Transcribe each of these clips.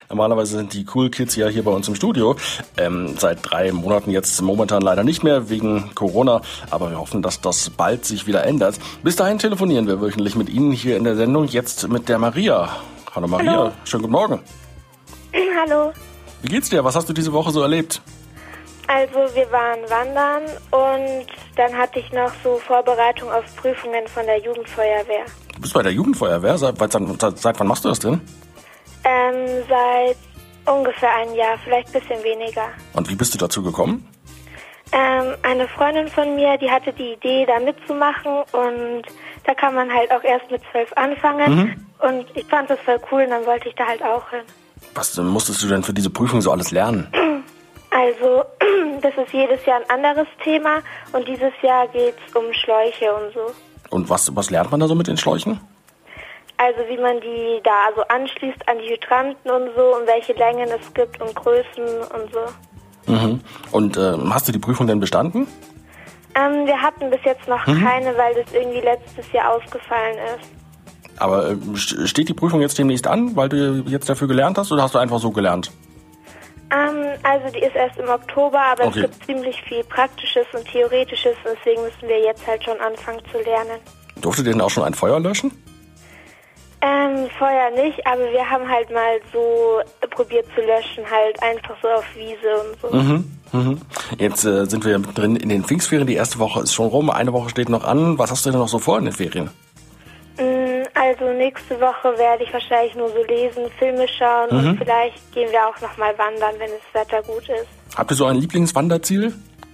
Normalerweise sind die Cool Kids ja hier bei uns im Studio. Seit 3 Monaten jetzt momentan leider nicht mehr wegen Corona. Aber wir hoffen, dass das bald sich wieder ändert. Bis dahin telefonieren wir wöchentlich mit Ihnen hier in der Sendung. Jetzt mit der Maria. Hallo Maria, Hallo. Schönen guten Morgen. Hallo. Wie geht's dir? Was hast du diese Woche so erlebt? Also wir waren wandern und dann hatte ich noch so Vorbereitung auf Prüfungen von der Jugendfeuerwehr. Du bist bei der Jugendfeuerwehr? Seit wann machst du das denn? Seit ungefähr einem Jahr, vielleicht ein bisschen weniger. Und wie bist du dazu gekommen? Eine Freundin von mir, die hatte die Idee, da mitzumachen und da kann man halt auch erst mit 12 anfangen. Und ich fand das voll cool und dann wollte ich da halt auch hin. Was musstest du denn für diese Prüfung so alles lernen? Also, das ist jedes Jahr ein anderes Thema und dieses Jahr geht's um Schläuche und so. Und was lernt man da so mit den Schläuchen? Also wie man die da so anschließt an die Hydranten und so und welche Längen es gibt und Größen und so. Mhm. Und hast du die Prüfung denn bestanden? Wir hatten bis jetzt noch keine, weil das irgendwie letztes Jahr ausgefallen ist. Aber steht die Prüfung jetzt demnächst an, weil du jetzt dafür gelernt hast, oder hast du einfach so gelernt? Also die ist erst im Oktober, aber Okay. Es gibt ziemlich viel Praktisches und Theoretisches und deswegen müssen wir jetzt halt schon anfangen zu lernen. Durftet ihr denn auch schon ein Feuer löschen? Feuer nicht, aber wir haben halt mal so probiert zu löschen, halt einfach so auf Wiese und so. Jetzt sind wir drin in den Pfingstferien. Die erste Woche ist schon rum, eine Woche steht noch an. Was hast du denn noch so vor in den Ferien? Also nächste Woche werde ich wahrscheinlich nur so lesen, Filme schauen und vielleicht gehen wir auch nochmal wandern, wenn das Wetter gut ist. Habt ihr so ein Lieblingswanderziel?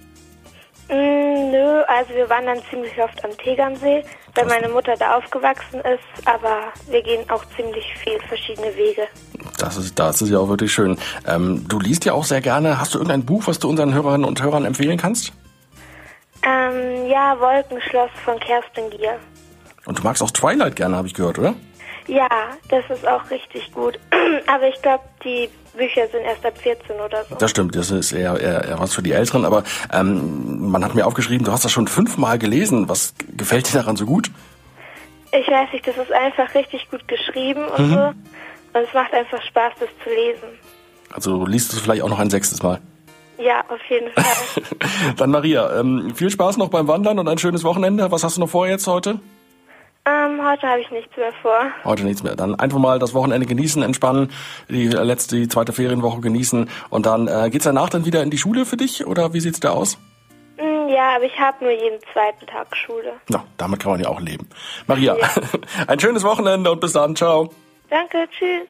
Nö, also wir wandern ziemlich oft am Tegernsee, weil meine Mutter da aufgewachsen ist, aber wir gehen auch ziemlich viel verschiedene Wege. Das ist ja auch wirklich schön. Du liest ja auch sehr gerne. Hast du irgendein Buch, was du unseren Hörerinnen und Hörern empfehlen kannst? Ja, Wolkenschloss von Kerstin Gier. Und du magst auch Twilight gerne, habe ich gehört, oder? Ja, das ist auch richtig gut. Aber ich glaube, die Bücher sind erst ab 14 oder so. Das stimmt, das ist eher was für die Älteren. Aber man hat mir aufgeschrieben, du hast das schon 5-mal gelesen. Was gefällt dir daran so gut? Ich weiß nicht, das ist einfach richtig gut geschrieben und so. Und es macht einfach Spaß, das zu lesen. Also liest du es vielleicht auch noch ein 6. Mal. Ja, auf jeden Fall. Dann Maria, viel Spaß noch beim Wandern und ein schönes Wochenende. Was hast du noch vor jetzt heute? Heute habe ich nichts mehr vor. Heute nichts mehr. Dann einfach mal das Wochenende genießen, entspannen, die zweite Ferienwoche genießen und dann geht's danach dann wieder in die Schule für dich oder wie sieht's da aus? Ja, aber ich habe nur jeden zweiten Tag Schule. Na, damit kann man ja auch leben. Maria, Ja. ein schönes Wochenende und bis dann. Ciao. Danke, tschüss.